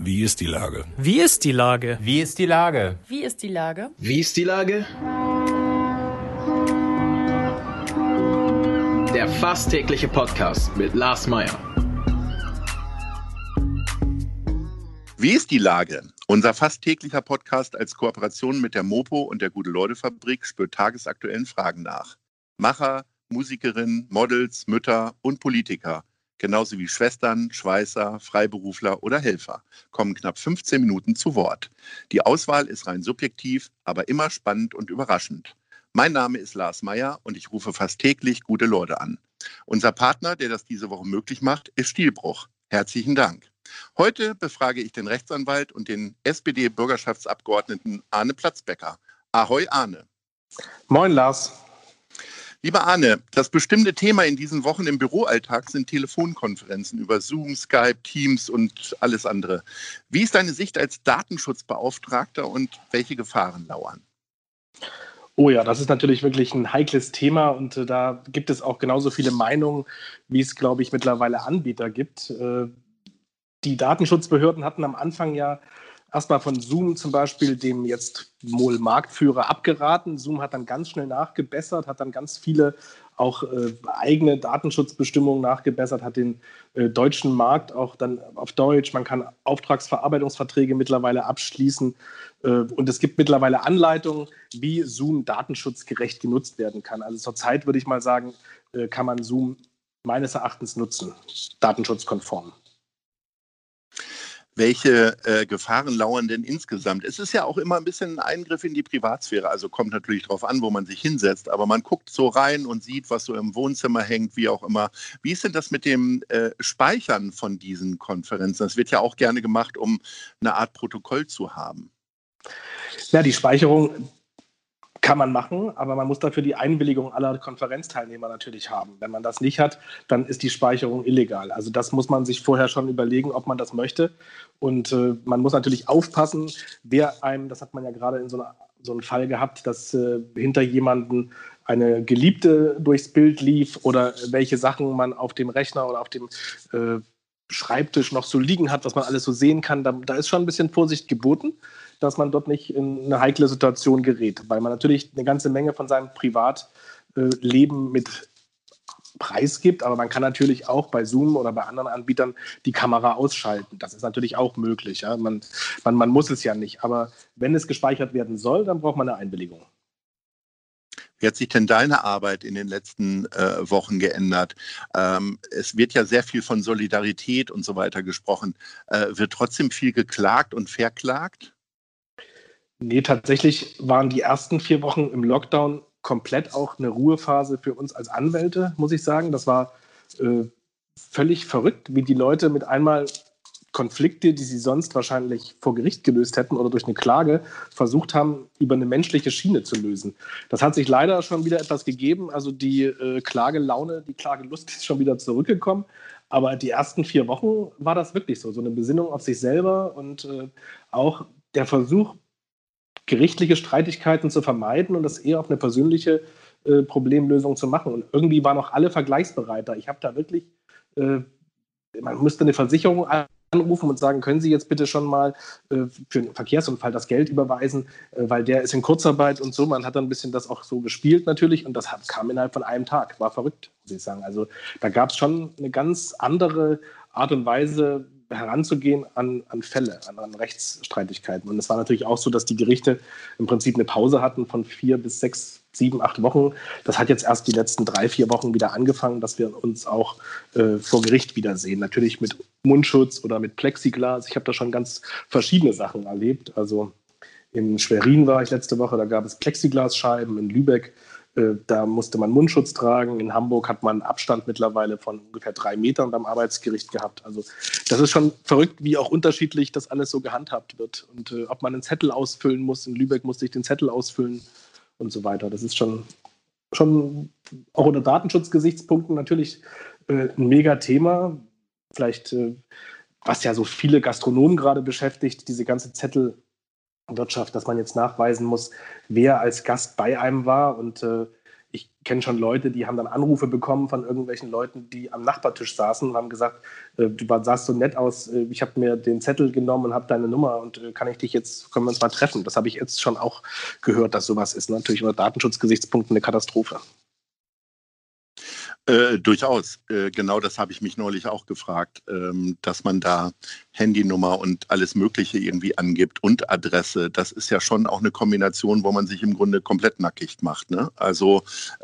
Wie ist die Lage? Wie ist die Lage? Wie ist die Lage? Wie ist die Lage? Wie ist die Lage? Der fast tägliche Podcast mit Lars Meyer. Wie ist die Lage? Unser fast täglicher Podcast als Kooperation mit der Mopo und der Gute-Leute-Fabrik spürt tagesaktuellen Fragen nach. Macher, Musikerinnen, Models, Mütter und Politiker, genauso wie Schwestern, Schweißer, Freiberufler oder Helfer, kommen knapp 15 Minuten zu Wort. Die Auswahl ist rein subjektiv, aber immer spannend und überraschend. Mein Name ist Lars Meyer und ich rufe fast täglich gute Leute an. Unser Partner, der das diese Woche möglich macht, ist Stielbruch. Herzlichen Dank. Heute befrage ich den Rechtsanwalt und den SPD-Bürgerschaftsabgeordneten Arne Platzbecker. Ahoi Arne. Moin Lars. Lieber Arne, das bestimmte Thema in diesen Wochen im Büroalltag sind Telefonkonferenzen über Zoom, Skype, Teams und alles andere. Wie ist deine Sicht als Datenschutzbeauftragter und welche Gefahren lauern? Oh ja, das ist natürlich wirklich ein heikles Thema und da gibt es auch genauso viele Meinungen, wie es, glaube ich, mittlerweile Anbieter gibt. Die Datenschutzbehörden hatten am Anfang ja erstmal von Zoom zum Beispiel, dem jetzt wohl Marktführer, abgeraten. Zoom hat dann ganz schnell nachgebessert, hat dann ganz viele auch eigene Datenschutzbestimmungen nachgebessert, hat den deutschen Markt auch dann auf Deutsch, man kann Auftragsverarbeitungsverträge mittlerweile abschließen und es gibt mittlerweile Anleitungen, wie Zoom datenschutzgerecht genutzt werden kann. Also zurzeit würde ich mal sagen, kann man Zoom meines Erachtens nutzen, datenschutzkonform. Welche Gefahren lauern denn insgesamt? Es ist ja auch immer ein bisschen ein Eingriff in die Privatsphäre. Also kommt natürlich darauf an, wo man sich hinsetzt. Aber man guckt so rein und sieht, was so im Wohnzimmer hängt, wie auch immer. Wie ist denn das mit dem Speichern von diesen Konferenzen? Das wird ja auch gerne gemacht, um eine Art Protokoll zu haben. Ja, die Speicherung kann man machen, aber man muss dafür die Einwilligung aller Konferenzteilnehmer natürlich haben. Wenn man das nicht hat, dann ist die Speicherung illegal. Also das muss man sich vorher schon überlegen, ob man das möchte. Und man muss natürlich aufpassen, wer einem, das hat man ja gerade in so einem Fall gehabt, dass hinter jemanden eine Geliebte durchs Bild lief oder welche Sachen man auf dem Rechner oder auf dem Schreibtisch noch so liegen hat, was man alles so sehen kann. Da ist schon ein bisschen Vorsicht geboten, dass man dort nicht in eine heikle Situation gerät, weil man natürlich eine ganze Menge von seinem Privatleben mit preisgibt, aber man kann natürlich auch bei Zoom oder bei anderen Anbietern die Kamera ausschalten. Das ist natürlich auch möglich. Ja? Man muss es ja nicht, aber wenn es gespeichert werden soll, dann braucht man eine Einwilligung. Wie hat sich denn deine Arbeit in den letzten Wochen geändert? Es wird ja sehr viel von Solidarität und so weiter gesprochen. Wird trotzdem viel geklagt und verklagt? Nee, tatsächlich waren die ersten 4 Wochen im Lockdown komplett auch eine Ruhephase für uns als Anwälte, muss ich sagen. Das war völlig verrückt, wie die Leute mit einmal Konflikte, die sie sonst wahrscheinlich vor Gericht gelöst hätten oder durch eine Klage, versucht haben, über eine menschliche Schiene zu lösen. Das hat sich leider schon wieder etwas gegeben. Also die Klagelaune, die Klagelust ist schon wieder zurückgekommen. Aber die ersten 4 Wochen war das wirklich so. So eine Besinnung auf sich selber und auch der Versuch, gerichtliche Streitigkeiten zu vermeiden und das eher auf eine persönliche Problemlösung zu machen. Und irgendwie waren auch alle vergleichsbereiter. Ich habe da wirklich, man müsste eine Versicherung anrufen und sagen, können Sie jetzt bitte schon mal für einen Verkehrsunfall das Geld überweisen, weil der ist in Kurzarbeit und so. Man hat dann ein bisschen das auch so gespielt natürlich und das kam innerhalb von einem Tag. War verrückt, muss ich sagen. Also da gab es schon eine ganz andere Art und Weise, heranzugehen an Fälle, an Rechtsstreitigkeiten. Und es war natürlich auch so, dass die Gerichte im Prinzip eine Pause hatten von 4 bis 6, 7, 8 Wochen. Das hat jetzt erst die letzten 3, 4 Wochen wieder angefangen, dass wir uns auch vor Gericht wiedersehen. Natürlich mit Mundschutz oder mit Plexiglas. Ich habe da schon ganz verschiedene Sachen erlebt. Also in Schwerin war ich letzte Woche, da gab es Plexiglasscheiben. In Lübeck, da musste man Mundschutz tragen. In Hamburg hat man Abstand mittlerweile von ungefähr 3 Metern beim Arbeitsgericht gehabt. Also das ist schon verrückt, wie auch unterschiedlich das alles so gehandhabt wird. Und ob man einen Zettel ausfüllen muss. In Lübeck musste ich den Zettel ausfüllen und so weiter. Das ist schon auch unter Datenschutzgesichtspunkten natürlich ein Mega-Thema. Vielleicht, was ja so viele Gastronomen gerade beschäftigt, diese ganze Zettelwirtschaft, dass man jetzt nachweisen muss, wer als Gast bei einem war. Und ich kenne schon Leute, die haben dann Anrufe bekommen von irgendwelchen Leuten, die am Nachbartisch saßen und haben gesagt, du sahst so nett aus, ich habe mir den Zettel genommen und habe deine Nummer und können wir uns mal treffen? Das habe ich jetzt schon auch gehört, dass sowas ist. Natürlich unter Datenschutzgesichtspunkten eine Katastrophe. Durchaus. Genau das habe ich mich neulich auch gefragt, dass man da Handynummer und alles Mögliche irgendwie angibt und Adresse. Das ist ja schon auch eine Kombination, wo man sich im Grunde komplett nackig macht. Ne? Also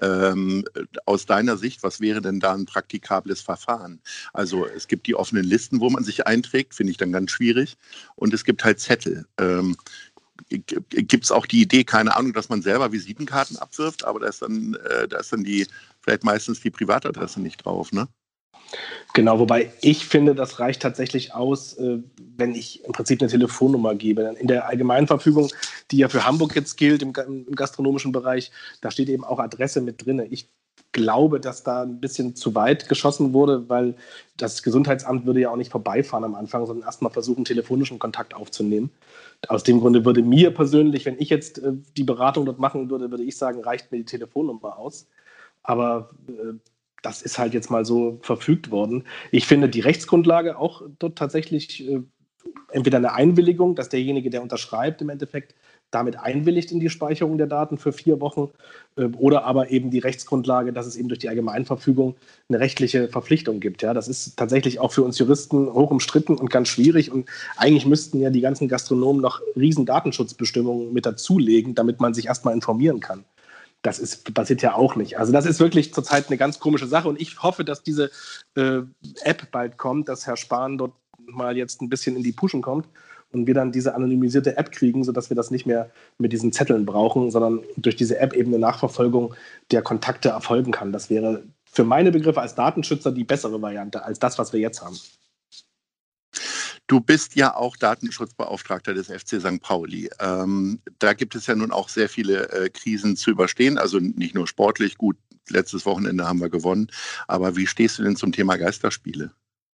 aus deiner Sicht, was wäre denn da ein praktikables Verfahren? Also es gibt die offenen Listen, wo man sich einträgt, finde ich dann ganz schwierig. Und es gibt halt Zettel. Gibt es auch die Idee, keine Ahnung, dass man selber Visitenkarten abwirft, aber da ist dann vielleicht meistens die Privatadresse nicht drauf, ne? Genau, wobei ich finde, das reicht tatsächlich aus, wenn ich im Prinzip eine Telefonnummer gebe. In der Allgemeinverfügung, die ja für Hamburg jetzt gilt, im gastronomischen Bereich, da steht eben auch Adresse mit drin. Ich glaube, dass da ein bisschen zu weit geschossen wurde, weil das Gesundheitsamt würde ja auch nicht vorbeifahren am Anfang, sondern erstmal versuchen, telefonischen Kontakt aufzunehmen. Aus dem Grunde würde mir persönlich, wenn ich jetzt die Beratung dort machen würde, würde ich sagen, reicht mir die Telefonnummer aus. Aber das ist halt jetzt mal so verfügt worden. Ich finde die Rechtsgrundlage auch dort tatsächlich entweder eine Einwilligung, dass derjenige, der unterschreibt, im Endeffekt damit einwilligt in die Speicherung der Daten für 4 Wochen oder aber eben die Rechtsgrundlage, dass es eben durch die Allgemeinverfügung eine rechtliche Verpflichtung gibt. Ja, das ist tatsächlich auch für uns Juristen hoch umstritten und ganz schwierig und eigentlich müssten ja die ganzen Gastronomen noch riesen Datenschutzbestimmungen mit dazulegen, damit man sich erstmal informieren kann. Das passiert ja auch nicht. Also das ist wirklich zurzeit eine ganz komische Sache und ich hoffe, dass diese App bald kommt, dass Herr Spahn dort mal jetzt ein bisschen in die Puschen kommt und wir dann diese anonymisierte App kriegen, sodass wir das nicht mehr mit diesen Zetteln brauchen, sondern durch diese App eben eine Nachverfolgung der Kontakte erfolgen kann. Das wäre für meine Begriffe als Datenschützer die bessere Variante als das, was wir jetzt haben. Du bist ja auch Datenschutzbeauftragter des FC St. Pauli. Da gibt es ja nun auch sehr viele Krisen zu überstehen, also nicht nur sportlich. Gut, letztes Wochenende haben wir gewonnen. Aber wie stehst du denn zum Thema Geisterspiele?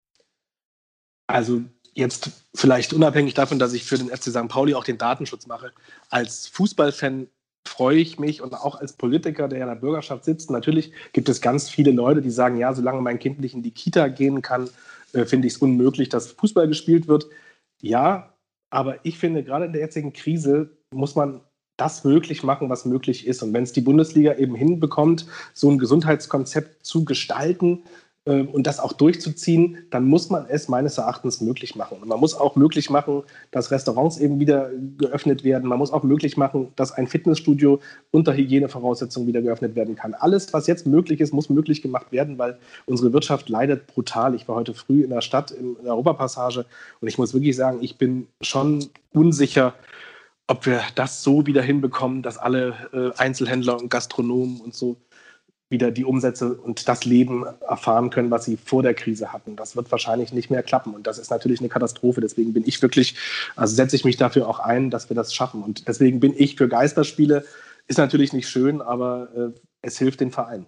Also jetzt vielleicht unabhängig davon, dass ich für den FC St. Pauli auch den Datenschutz mache. Als Fußballfan freue ich mich und auch als Politiker, der ja in der Bürgerschaft sitzt, natürlich gibt es ganz viele Leute, die sagen, ja, solange mein Kind nicht in die Kita gehen kann, finde ich es unmöglich, dass Fußball gespielt wird. Ja, aber ich finde, gerade in der jetzigen Krise muss man das möglich machen, was möglich ist. Und wenn es die Bundesliga eben hinbekommt, so ein Gesundheitskonzept zu gestalten und das auch durchzuziehen, dann muss man es meines Erachtens möglich machen. Und man muss auch möglich machen, dass Restaurants eben wieder geöffnet werden. Man muss auch möglich machen, dass ein Fitnessstudio unter Hygienevoraussetzungen wieder geöffnet werden kann. Alles, was jetzt möglich ist, muss möglich gemacht werden, weil unsere Wirtschaft leidet brutal. Ich war heute früh in der Stadt, in der Europapassage, und ich muss wirklich sagen, ich bin schon unsicher, ob wir das so wieder hinbekommen, dass alle Einzelhändler und Gastronomen und so wieder die Umsätze und das Leben erfahren können, was sie vor der Krise hatten. Das wird wahrscheinlich nicht mehr klappen und das ist natürlich eine Katastrophe. Deswegen bin ich wirklich, also setze ich mich dafür auch ein, dass wir das schaffen. Und deswegen bin ich für Geisterspiele. Ist natürlich nicht schön, aber es hilft den Verein.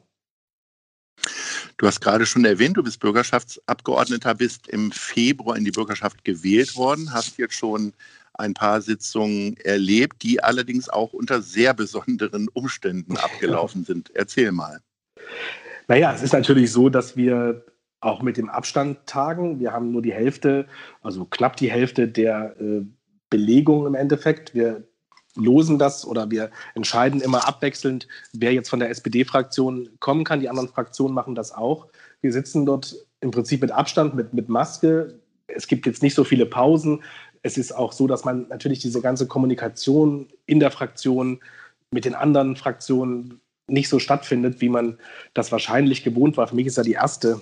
Du hast gerade schon erwähnt, du bist Bürgerschaftsabgeordneter, bist im Februar in die Bürgerschaft gewählt worden, hast jetzt schon ein paar Sitzungen erlebt, die allerdings auch unter sehr besonderen Umständen abgelaufen sind. Erzähl mal. Naja, es ist natürlich so, dass wir auch mit dem Abstand tagen. Wir haben nur die Hälfte, also knapp die Hälfte der Belegung im Endeffekt. Wir losen das oder wir entscheiden immer abwechselnd, wer jetzt von der SPD-Fraktion kommen kann. Die anderen Fraktionen machen das auch. Wir sitzen dort im Prinzip mit Abstand, mit Maske. Es gibt jetzt nicht so viele Pausen. Es ist auch so, dass man natürlich diese ganze Kommunikation in der Fraktion mit den anderen Fraktionen nicht so stattfindet, wie man das wahrscheinlich gewohnt war. Für mich ist ja die erste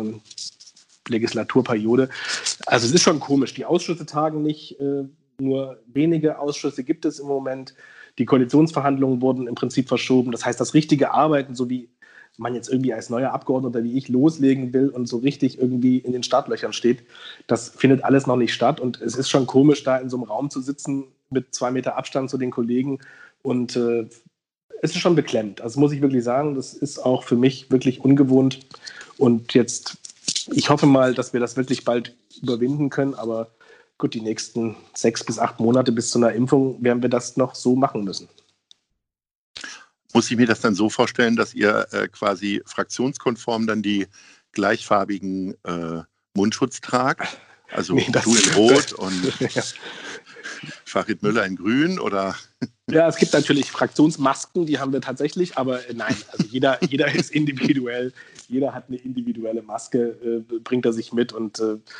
Legislaturperiode. Also es ist schon komisch. Die Ausschüsse tagen nicht. Nur wenige Ausschüsse gibt es im Moment. Die Koalitionsverhandlungen wurden im Prinzip verschoben. Das heißt, das richtige Arbeiten, so wie man jetzt irgendwie als neuer Abgeordneter wie ich loslegen will und so richtig irgendwie in den Startlöchern steht, das findet alles noch nicht statt. Und es ist schon komisch, da in so einem Raum zu sitzen mit 2 Meter Abstand zu den Kollegen. Und es ist schon beklemmend. Also muss ich wirklich sagen, das ist auch für mich wirklich ungewohnt. Und jetzt, ich hoffe mal, dass wir das wirklich bald überwinden können. Aber gut, die nächsten 6 bis 8 Monate bis zu einer Impfung werden wir das noch so machen müssen. Muss ich mir das dann so vorstellen, dass ihr quasi fraktionskonform dann die gleichfarbigen Mundschutz tragt? Also Nee, du in Rot und ja. Farid Müller in Grün, oder? Ja, es gibt natürlich Fraktionsmasken, die haben wir tatsächlich, aber nein, also jeder ist individuell, jeder hat eine individuelle Maske, bringt er sich mit und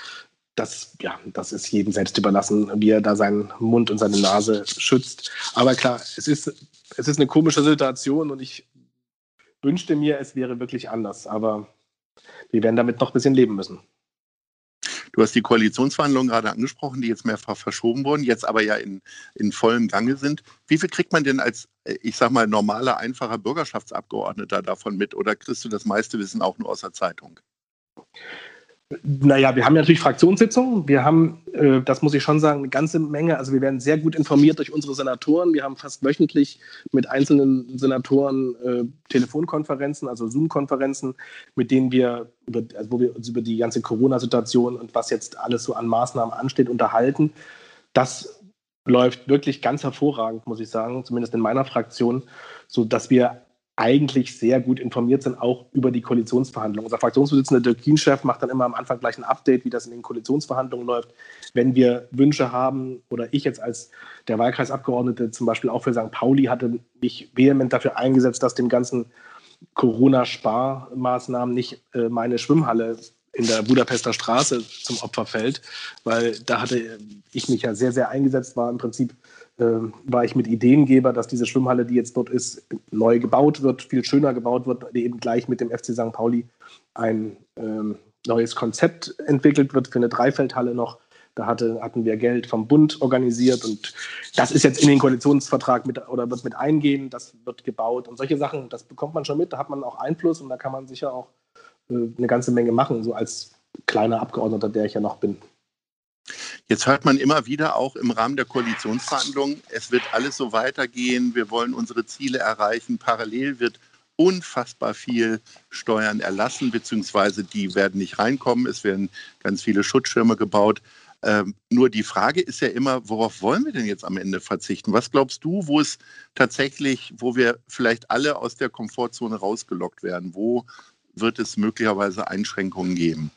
das ist jedem selbst überlassen, wie er da seinen Mund und seine Nase schützt. Aber klar, es ist eine komische Situation und ich wünschte mir, es wäre wirklich anders, aber wir werden damit noch ein bisschen leben müssen. Du hast die Koalitionsverhandlungen gerade angesprochen, die jetzt mehrfach verschoben wurden, jetzt aber ja in vollem Gange sind. Wie viel kriegt man denn als, ich sag mal, normaler, einfacher Bürgerschaftsabgeordneter davon mit? Oder kriegst du das meiste Wissen auch nur aus der Zeitung? Naja, wir haben ja natürlich Fraktionssitzungen. Wir haben, das muss ich schon sagen, eine ganze Menge. Also wir werden sehr gut informiert durch unsere Senatoren. Wir haben fast wöchentlich mit einzelnen Senatoren Telefonkonferenzen, also Zoom-Konferenzen, wo wir uns über die ganze Corona-Situation und was jetzt alles so an Maßnahmen ansteht, unterhalten. Das läuft wirklich ganz hervorragend, muss ich sagen, zumindest in meiner Fraktion, sodass wir eigentlich sehr gut informiert sind, auch über die Koalitionsverhandlungen. Unser Fraktionsvorsitzender Dirk Kienchef macht dann immer am Anfang gleich ein Update, wie das in den Koalitionsverhandlungen läuft. Wenn wir Wünsche haben, oder ich jetzt als der Wahlkreisabgeordnete zum Beispiel auch für St. Pauli hatte mich vehement dafür eingesetzt, dass dem ganzen Corona-Sparmaßnahmen nicht meine Schwimmhalle in der Budapester Straße zum Opfer fällt, weil da hatte ich mich ja sehr, sehr eingesetzt, war im Prinzip war ich mit Ideengeber, dass diese Schwimmhalle, die jetzt dort ist, neu gebaut wird, viel schöner gebaut wird, eben gleich mit dem FC St. Pauli ein neues Konzept entwickelt wird für eine Dreifeldhalle noch. Da hatten wir Geld vom Bund organisiert und das ist jetzt in den Koalitionsvertrag wird mit eingehen, das wird gebaut und solche Sachen, das bekommt man schon mit, da hat man auch Einfluss und da kann man sicher auch eine ganze Menge machen, so als kleiner Abgeordneter, der ich ja noch bin. Jetzt hört man immer wieder auch im Rahmen der Koalitionsverhandlungen, es wird alles so weitergehen, wir wollen unsere Ziele erreichen. Parallel wird unfassbar viel Steuern erlassen, beziehungsweise die werden nicht reinkommen. Es werden ganz viele Schutzschirme gebaut. Nur die Frage ist ja immer, worauf wollen wir denn jetzt am Ende verzichten? Was glaubst du, wo wir vielleicht alle aus der Komfortzone rausgelockt werden? Wo wird es möglicherweise Einschränkungen geben?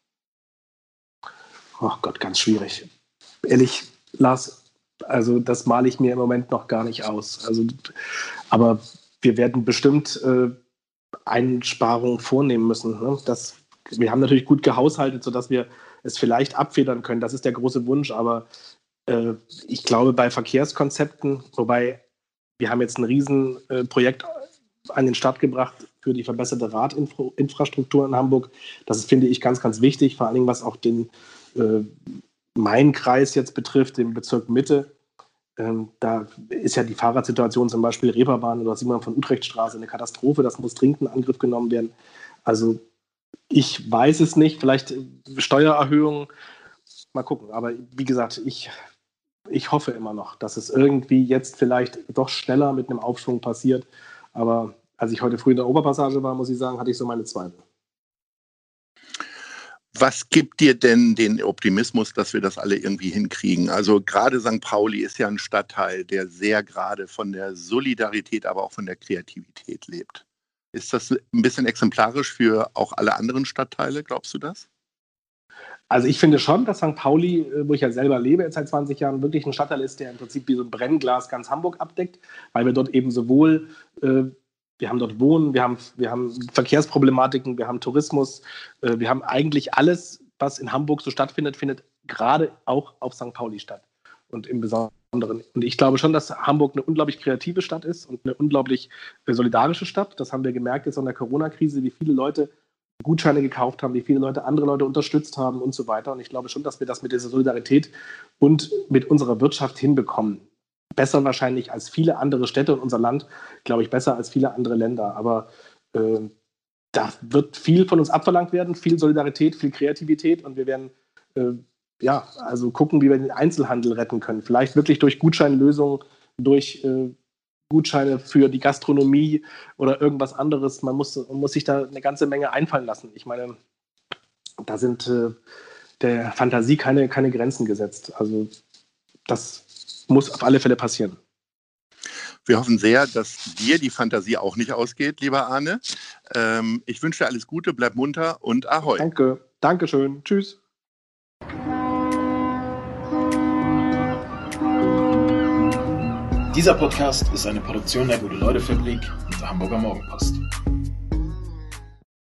Oh Gott, ganz schwierig. Ehrlich, Lars, also das male ich mir im Moment noch gar nicht aus. Aber wir werden bestimmt Einsparungen vornehmen müssen. Ne? Wir haben natürlich gut gehaushaltet, sodass wir es vielleicht abfedern können. Das ist der große Wunsch. Aber ich glaube, bei Verkehrskonzepten, wobei wir haben jetzt ein Riesenprojekt an den Start gebracht für die verbesserte Radinfrastruktur in Hamburg. Das finde ich ganz, ganz wichtig, vor allen Dingen was auch den Main-Kreis jetzt betrifft, den Bezirk Mitte. Da ist ja die Fahrradsituation zum Beispiel Reeperbahn oder Simon von Utrecht-Straße eine Katastrophe. Das muss dringend in Angriff genommen werden. Also ich weiß es nicht. Vielleicht Steuererhöhungen. Mal gucken. Aber wie gesagt, ich hoffe immer noch, dass es irgendwie jetzt vielleicht doch schneller mit einem Aufschwung passiert. Aber als ich heute früh in der Oberpassage war, muss ich sagen, hatte ich so meine Zweifel. Was gibt dir denn den Optimismus, dass wir das alle irgendwie hinkriegen? Also gerade St. Pauli ist ja ein Stadtteil, der sehr gerade von der Solidarität, aber auch von der Kreativität lebt. Ist das ein bisschen exemplarisch für auch alle anderen Stadtteile, glaubst du das? Also ich finde schon, dass St. Pauli, wo ich ja selber lebe jetzt seit 20 Jahren, wirklich ein Stadtteil ist, der im Prinzip wie so ein Brennglas ganz Hamburg abdeckt, weil wir dort eben sowohl wir haben dort Wohnen, wir haben Verkehrsproblematiken, wir haben Tourismus, wir haben eigentlich alles, was in Hamburg so stattfindet, findet gerade auch auf St. Pauli statt. Und im Besonderen. Und ich glaube schon, dass Hamburg eine unglaublich kreative Stadt ist und eine unglaublich solidarische Stadt. Das haben wir gemerkt jetzt in der Corona-Krise, wie viele Leute Gutscheine gekauft haben, wie viele Leute andere Leute unterstützt haben und so weiter. Und ich glaube schon, dass wir das mit dieser Solidarität und mit unserer Wirtschaft hinbekommen. Besser wahrscheinlich als viele andere Städte in unser Land, glaube ich, besser als viele andere Länder. Aber da wird viel von uns abverlangt werden, viel Solidarität, viel Kreativität und wir werden gucken, wie wir den Einzelhandel retten können. Vielleicht wirklich durch Gutscheinlösungen, durch Gutscheine für die Gastronomie oder irgendwas anderes. Man muss sich da eine ganze Menge einfallen lassen. Ich meine, da sind der Fantasie keine Grenzen gesetzt. Also das muss auf alle Fälle passieren. Wir hoffen sehr, dass dir die Fantasie auch nicht ausgeht, lieber Arne. Ich wünsche dir alles Gute, bleib munter und Ahoi. Danke. Dankeschön. Tschüss. Dieser Podcast ist eine Produktion der Gute-Leute-Fabrik und der Hamburger Morgenpost.